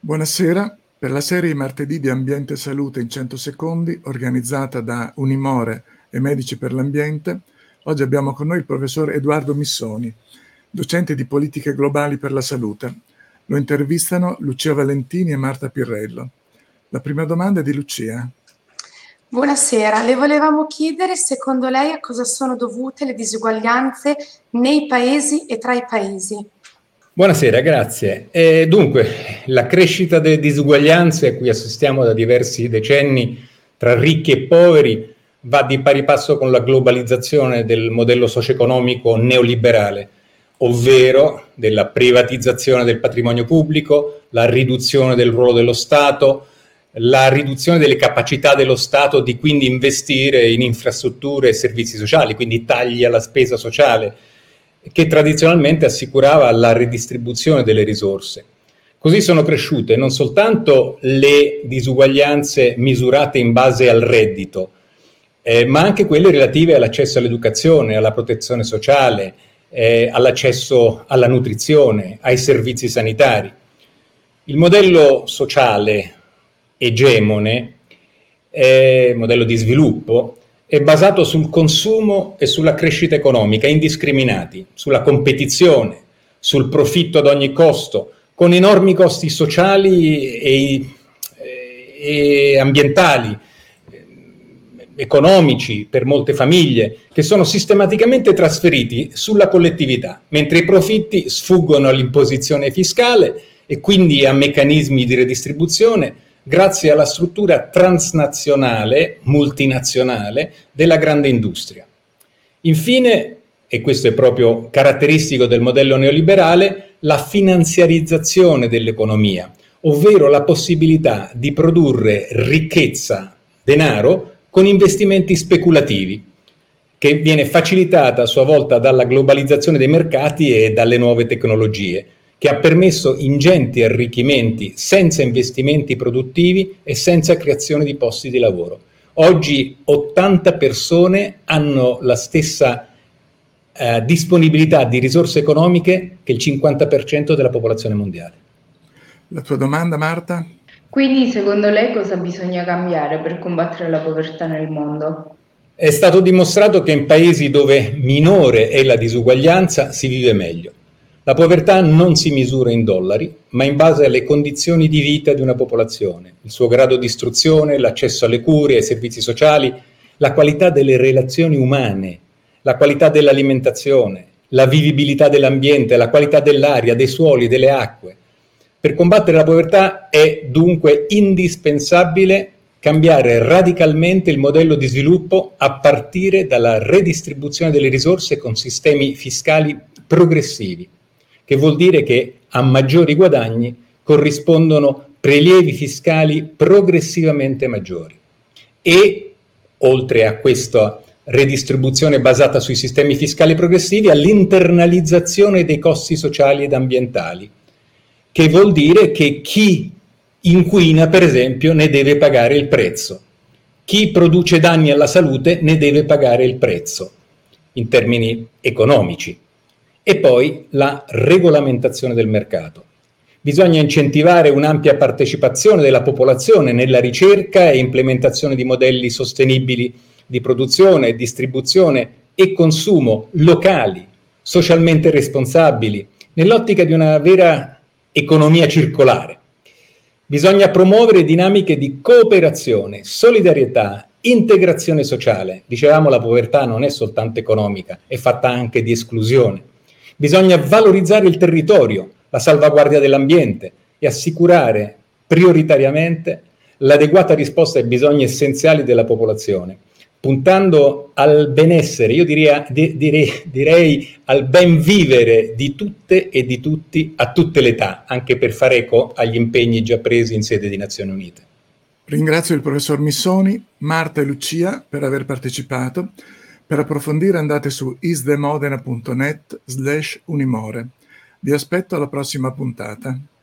Buonasera, per la serie Martedì di Ambiente e Salute in 100 secondi, organizzata da Unimore e Medici per l'Ambiente, oggi abbiamo con noi il professor Edoardo Missoni, docente di Politiche Globali per la Salute. Lo intervistano Lucia Valentini e Marta Pirrello. La prima domanda è di Lucia. Buonasera, le volevamo chiedere secondo lei a cosa sono dovute le disuguaglianze nei paesi e tra i paesi. Buonasera, grazie. Dunque, la crescita delle disuguaglianze a cui assistiamo da diversi decenni tra ricchi e poveri va di pari passo con la globalizzazione del modello socio-economico neoliberale, ovvero della privatizzazione del patrimonio pubblico, la riduzione del ruolo dello Stato, la riduzione delle capacità dello Stato di quindi investire in infrastrutture e servizi sociali, quindi tagli alla spesa sociale, che tradizionalmente assicurava la redistribuzione delle risorse. Così sono cresciute non soltanto le disuguaglianze misurate in base al reddito, ma anche quelle relative all'accesso all'educazione, alla protezione sociale, all'accesso alla nutrizione, ai servizi sanitari. Il modello sociale egemone, modello di sviluppo, è basato sul consumo e sulla crescita economica indiscriminati, sulla competizione, sul profitto ad ogni costo, con enormi costi sociali e ambientali, economici per molte famiglie, che sono sistematicamente trasferiti sulla collettività, mentre i profitti sfuggono all'imposizione fiscale e quindi a meccanismi di redistribuzione grazie alla struttura transnazionale, multinazionale, della grande industria. Infine, e questo è proprio caratteristico del modello neoliberale, la finanziarizzazione dell'economia, ovvero la possibilità di produrre ricchezza, denaro, con investimenti speculativi, che viene facilitata a sua volta dalla globalizzazione dei mercati e dalle nuove tecnologie, che ha permesso ingenti arricchimenti senza investimenti produttivi e senza creazione di posti di lavoro. Oggi 80 persone hanno la stessa disponibilità di risorse economiche che il 50% della popolazione mondiale. La tua domanda, Marta? Quindi, secondo lei, cosa bisogna cambiare per combattere la povertà nel mondo? È stato dimostrato che in paesi dove minore è la disuguaglianza si vive meglio. La povertà non si misura in dollari, ma in base alle condizioni di vita di una popolazione, il suo grado di istruzione, l'accesso alle cure, ai servizi sociali, la qualità delle relazioni umane, la qualità dell'alimentazione, la vivibilità dell'ambiente, la qualità dell'aria, dei suoli, delle acque. Per combattere la povertà è dunque indispensabile cambiare radicalmente il modello di sviluppo a partire dalla redistribuzione delle risorse con sistemi fiscali progressivi, che vuol dire che a maggiori guadagni corrispondono prelievi fiscali progressivamente maggiori. E, oltre a questa redistribuzione basata sui sistemi fiscali progressivi, all'internalizzazione dei costi sociali ed ambientali, che vuol dire che chi inquina, per esempio, ne deve pagare il prezzo. Chi produce danni alla salute ne deve pagare il prezzo, in termini economici. E poi la regolamentazione del mercato. Bisogna incentivare un'ampia partecipazione della popolazione nella ricerca e implementazione di modelli sostenibili di produzione, distribuzione e consumo locali, socialmente responsabili, nell'ottica di una vera economia circolare. Bisogna promuovere dinamiche di cooperazione, solidarietà, integrazione sociale. Dicevamo, la povertà non è soltanto economica, è fatta anche di esclusione. Bisogna valorizzare il territorio, la salvaguardia dell'ambiente e assicurare prioritariamente l'adeguata risposta ai bisogni essenziali della popolazione, puntando al benessere, io direi al ben vivere di tutte e di tutti a tutte le età, anche per fare eco agli impegni già presi in sede di Nazioni Unite. Ringrazio il professor Missoni, Marta e Lucia per aver partecipato. Per approfondire andate su isdemodena.net/unimore. Vi aspetto alla prossima puntata.